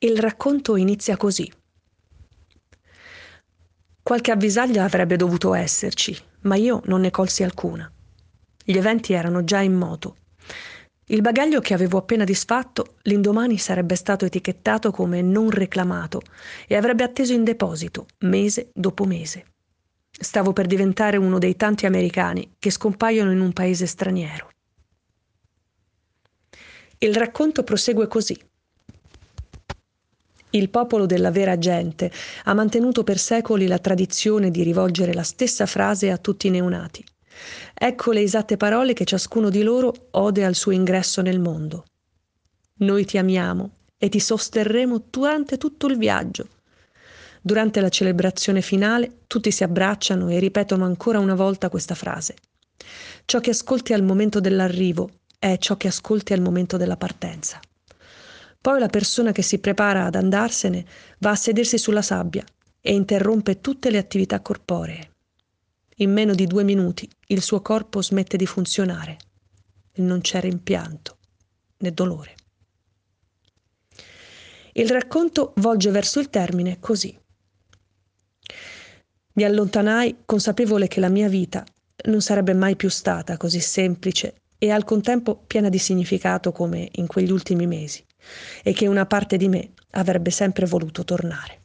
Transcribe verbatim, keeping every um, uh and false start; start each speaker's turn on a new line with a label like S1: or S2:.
S1: Il racconto inizia così. Qualche avvisaglia avrebbe dovuto esserci, ma io non ne colsi alcuna. Gli eventi erano già in moto. Il bagaglio che avevo appena disfatto l'indomani sarebbe stato etichettato come non reclamato e avrebbe atteso in deposito mese dopo mese. Stavo per diventare uno dei tanti americani che scompaiono in un paese straniero. Il racconto prosegue così. Il popolo della vera gente ha mantenuto per secoli la tradizione di rivolgere la stessa frase a tutti i neonati. Ecco le esatte parole che ciascuno di loro ode al suo ingresso nel mondo. Noi ti amiamo e ti sosterremo durante tutto il viaggio. Durante la celebrazione finale tutti si abbracciano e ripetono ancora una volta questa frase. Ciò che ascolti al momento dell'arrivo è ciò che ascolti al momento della partenza. Poi la persona che si prepara ad andarsene va a sedersi sulla sabbia e interrompe tutte le attività corporee. In meno di due minuti il suo corpo smette di funzionare e non c'è rimpianto né dolore. Il racconto volge verso il termine così. Mi allontanai consapevole che la mia vita non sarebbe mai più stata così semplice e al contempo piena di significato come in quegli ultimi mesi, e che una parte di me avrebbe sempre voluto tornare.